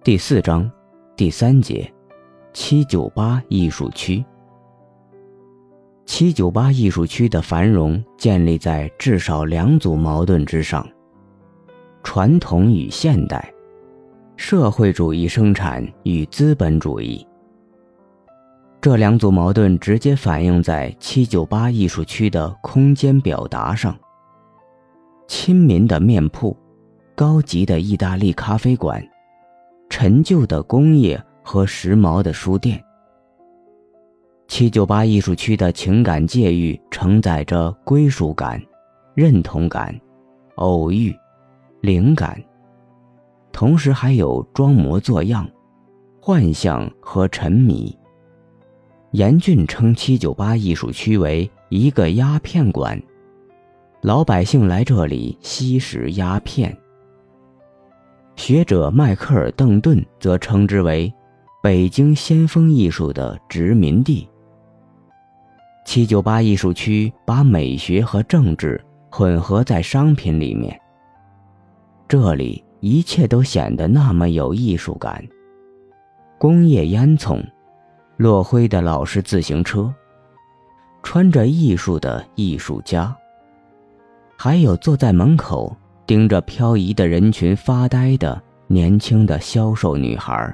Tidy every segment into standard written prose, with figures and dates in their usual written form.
第4章第3节798艺术区。798艺术区的繁荣建立在至少2组矛盾之上：传统与现代，社会主义生产与资本主义。这2组矛盾直接反映在798艺术区的空间表达上。亲民的面铺，高级的意大利咖啡馆，陈旧的工业和时髦的书店。798艺术区的情感界域承载着归属感、认同感、偶遇、灵感，同时还有装模作样、幻象和沉迷。严峻称798艺术区为一个鸦片馆，老百姓来这里吸食鸦片。学者迈克尔·邓顿则称之为北京先锋艺术的殖民地。798艺术区把美学和政治混合在商品里面，这里一切都显得那么有艺术感。工业烟囱，落灰的老式自行车，穿着艺术的艺术家，还有坐在门口盯着漂移的人群发呆的年轻的销售女孩。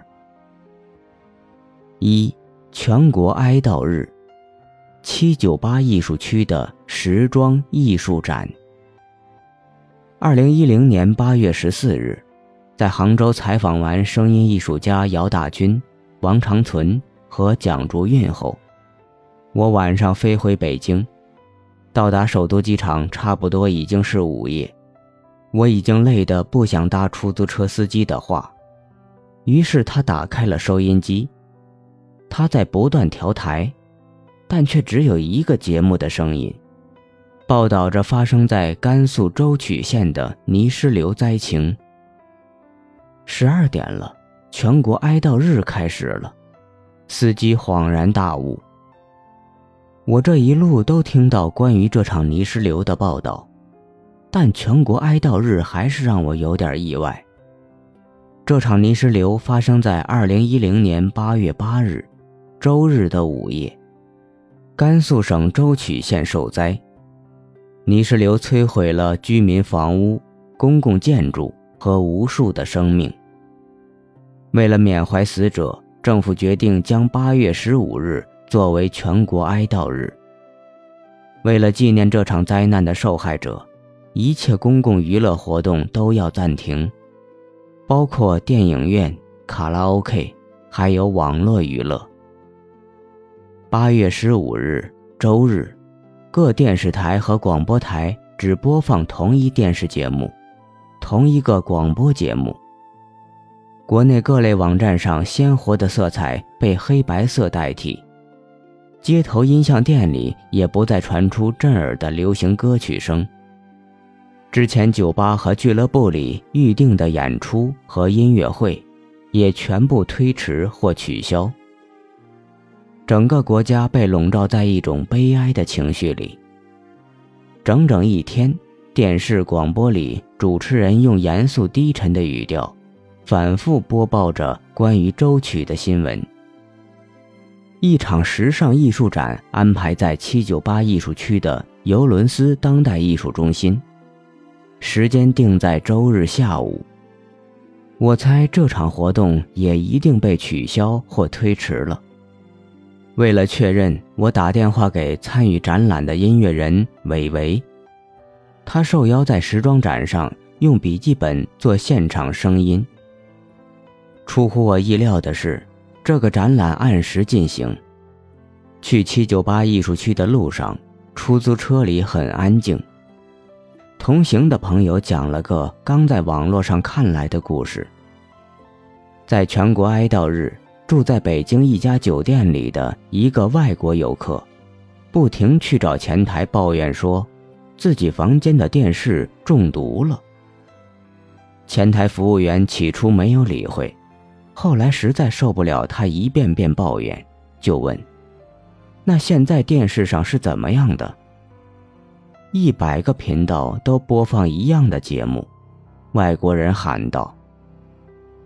全国哀悼日，798艺术区的时装艺术展。2010年8月14日，在杭州采访完声音艺术家姚大军、王长存和蒋竹韵后，我晚上飞回北京，到达首都机场差不多已经是午夜。我已经累得不想搭出租车司机的话，于是他打开了收音机，他在不断调台，但却只有一个节目的声音，报道着发生在甘肃舟曲县的泥石流灾情。12点了，全国哀悼日开始了。司机恍然大悟，我这一路都听到关于这场泥石流的报道，但全国哀悼日还是让我有点意外。这场泥石流发生在2010年8月8日周日的午夜，甘肃省舟曲县受灾。泥石流摧毁了居民房屋、公共建筑和无数的生命。为了缅怀死者，政府决定将8月15日作为全国哀悼日。为了纪念这场灾难的受害者，一切公共娱乐活动都要暂停，包括电影院、卡拉 OK， 还有网络娱乐。8月15日周日，各电视台和广播台只播放同一电视节目，同一个广播节目。国内各类网站上鲜活的色彩被黑白色代替，街头音像店里也不再传出震耳的流行歌曲声。之前酒吧和俱乐部里预定的演出和音乐会也全部推迟或取消。整个国家被笼罩在一种悲哀的情绪里。整整一天，电视广播里主持人用严肃低沉的语调反复播报着关于舟曲的新闻。一场时尚艺术展安排在798艺术区的尤伦斯当代艺术中心，时间定在周日下午。我猜这场活动也一定被取消或推迟了。为了确认，我打电话给参与展览的音乐人韦维，他受邀在时装展上用笔记本做现场声音。出乎我意料的是，这个展览按时进行。去798艺术区的路上，出租车里很安静。同行的朋友讲了个刚在网络上看来的故事。在全国哀悼日，住在北京一家酒店里的一个外国游客，不停去找前台抱怨说，自己房间的电视中毒了。前台服务员起初没有理会，后来实在受不了他一遍遍抱怨，就问，那现在电视上是怎么样的？100个频道都播放一样的节目，外国人喊道。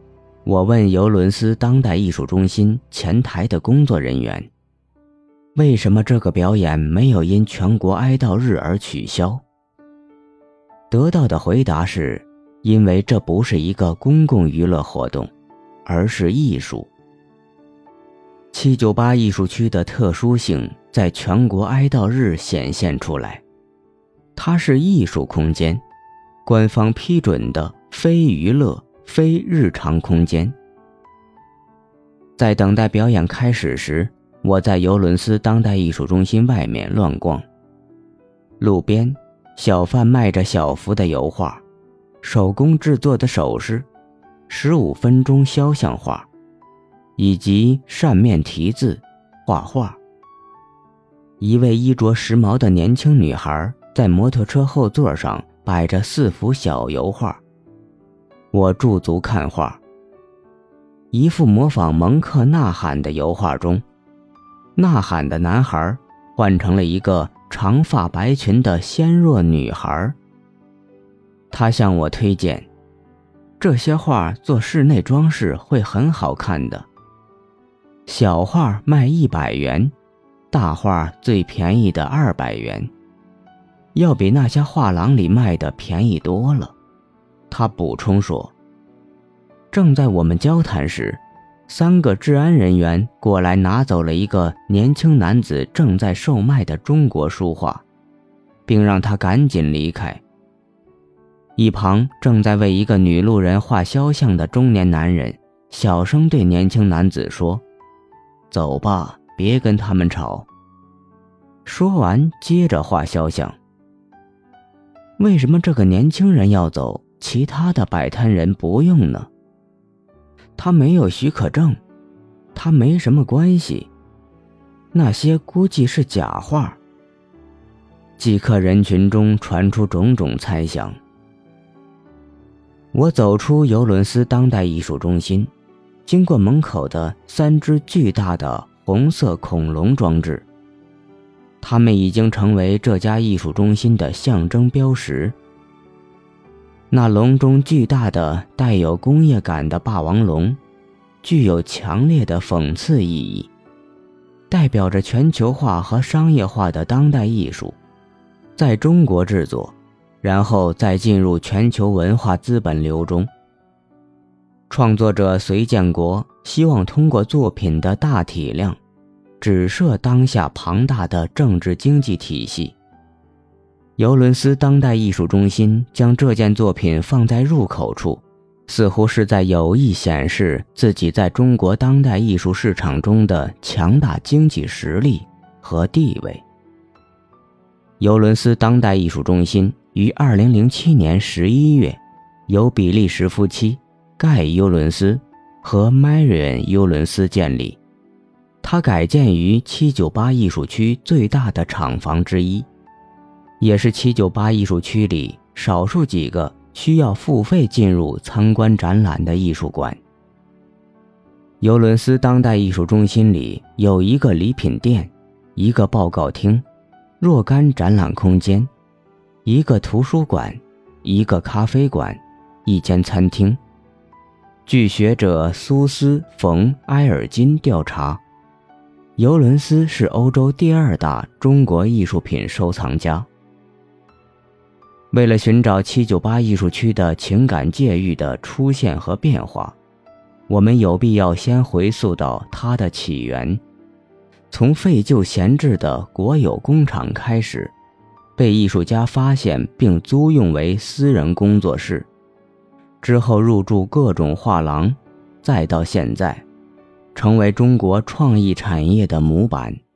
我问尤伦斯当代艺术中心前台的工作人员，为什么这个表演没有因全国哀悼日而取消？得到的回答是，因为这不是一个公共娱乐活动，而是艺术。798艺术区的特殊性在全国哀悼日显现出来，它是艺术空间，官方批准的非娱乐、非日常空间。在等待表演开始时，我在尤伦斯当代艺术中心外面乱逛，路边小贩卖着小幅的油画、手工制作的首饰、15分钟肖像画，以及扇面题字、画画。一位衣着时髦的年轻女孩在摩托车后座上摆着4幅小油画，我驻足看画。一幅模仿蒙克呐喊的油画中，呐喊的男孩换成了一个长发白裙的纤弱女孩。他向我推荐，这些画做室内装饰会很好看的。小画卖100元，大画最便宜的200元，要比那些画廊里卖的便宜多了。他补充说。正在我们交谈时，3个治安人员过来拿走了一个年轻男子正在售卖的中国书画，并让他赶紧离开。一旁正在为一个女路人画肖像的中年男人小声对年轻男子说：“走吧，别跟他们吵。”说完接着画肖像。为什么这个年轻人要走，其他的摆摊人不用呢？他没有许可证，他没什么关系，那些估计是假画。即刻人群中传出种种猜想。我走出尤伦斯当代艺术中心，经过门口的3只巨大的红色恐龙装置，它们已经成为这家艺术中心的象征标识。那笼中巨大的带有工业感的霸王龙，具有强烈的讽刺意义，代表着全球化和商业化的当代艺术，在中国制作，然后再进入全球文化资本流中。创作者隋建国希望通过作品的大体量，指涉当下庞大的政治经济体系。尤伦斯当代艺术中心将这件作品放在入口处，似乎是在有意显示自己在中国当代艺术市场中的强大经济实力和地位。尤伦斯当代艺术中心于2007年11月由比利时夫妻盖·尤伦斯和 Marion 尤伦斯建立，它改建于798艺术区最大的厂房之一，也是798艺术区里少数几个需要付费进入参观展览的艺术馆。尤伦斯当代艺术中心里有一个礼品店，一个报告厅，若干展览空间，一个图书馆，一个咖啡馆，一间餐厅。据学者苏斯·冯·埃尔金调查，尤伦斯是欧洲第2大中国艺术品收藏家。为了寻找798艺术区的情感界域的出现和变化，我们有必要先回溯到它的起源。从废旧闲置的国有工厂开始，被艺术家发现并租用为私人工作室，之后入驻各种画廊，再到现在，成为中国创意产业的模板。